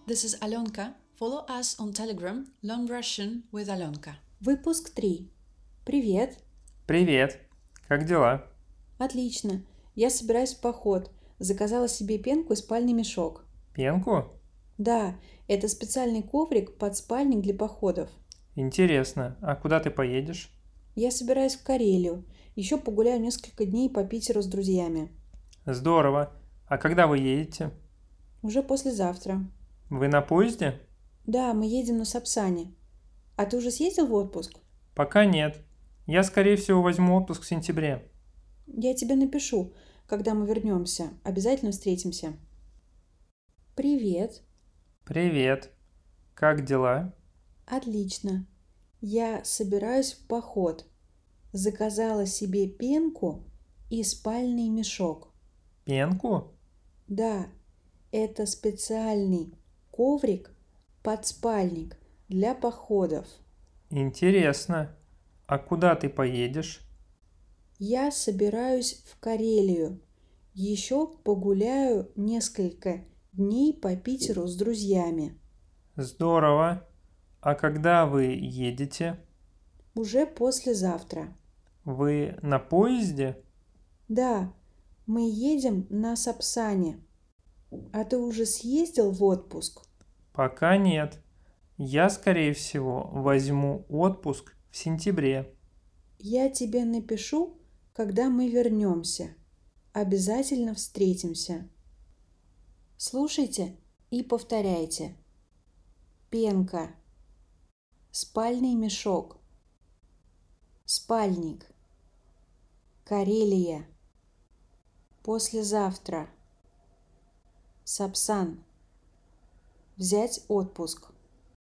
this is Alenka. Follow us on Telegram, Learn Russian with Alenka. Выпуск 3. Привет. Привет. Как дела? Отлично. Я собираюсь в поход. Заказала себе пенку и спальный мешок. Пенку? Да, это специальный коврик под спальник для походов. Интересно. А куда ты поедешь? Я собираюсь в Карелию. Еще погуляю несколько дней по Питеру с друзьями. Здорово. А когда вы едете? Уже послезавтра. Вы на поезде? Да, мы едем на Сапсане. А ты уже съездил в отпуск? Пока нет. Я, скорее всего, возьму отпуск в сентябре. Я тебе напишу, когда мы вернемся. Обязательно встретимся. Привет. Привет. Как дела? Отлично. Я собираюсь в поход. Заказала себе пенку и спальный мешок. Пенку? Да, это специальный коврик под спальник для походов. Интересно. А куда ты поедешь? Я собираюсь в Карелию. Еще погуляю несколько дней по Питеру с друзьями. Здорово. А когда вы едете? Уже послезавтра. Вы на поезде? Да, мы едем на Сапсане. А ты уже съездил в отпуск? Пока нет. Я, скорее всего, возьму отпуск в сентябре. Я тебе напишу, когда мы вернемся. Обязательно встретимся. Слушайте и повторяйте. Пенка. Спальный мешок. Спальник. Карелия. Послезавтра. Сапсан. Взять отпуск.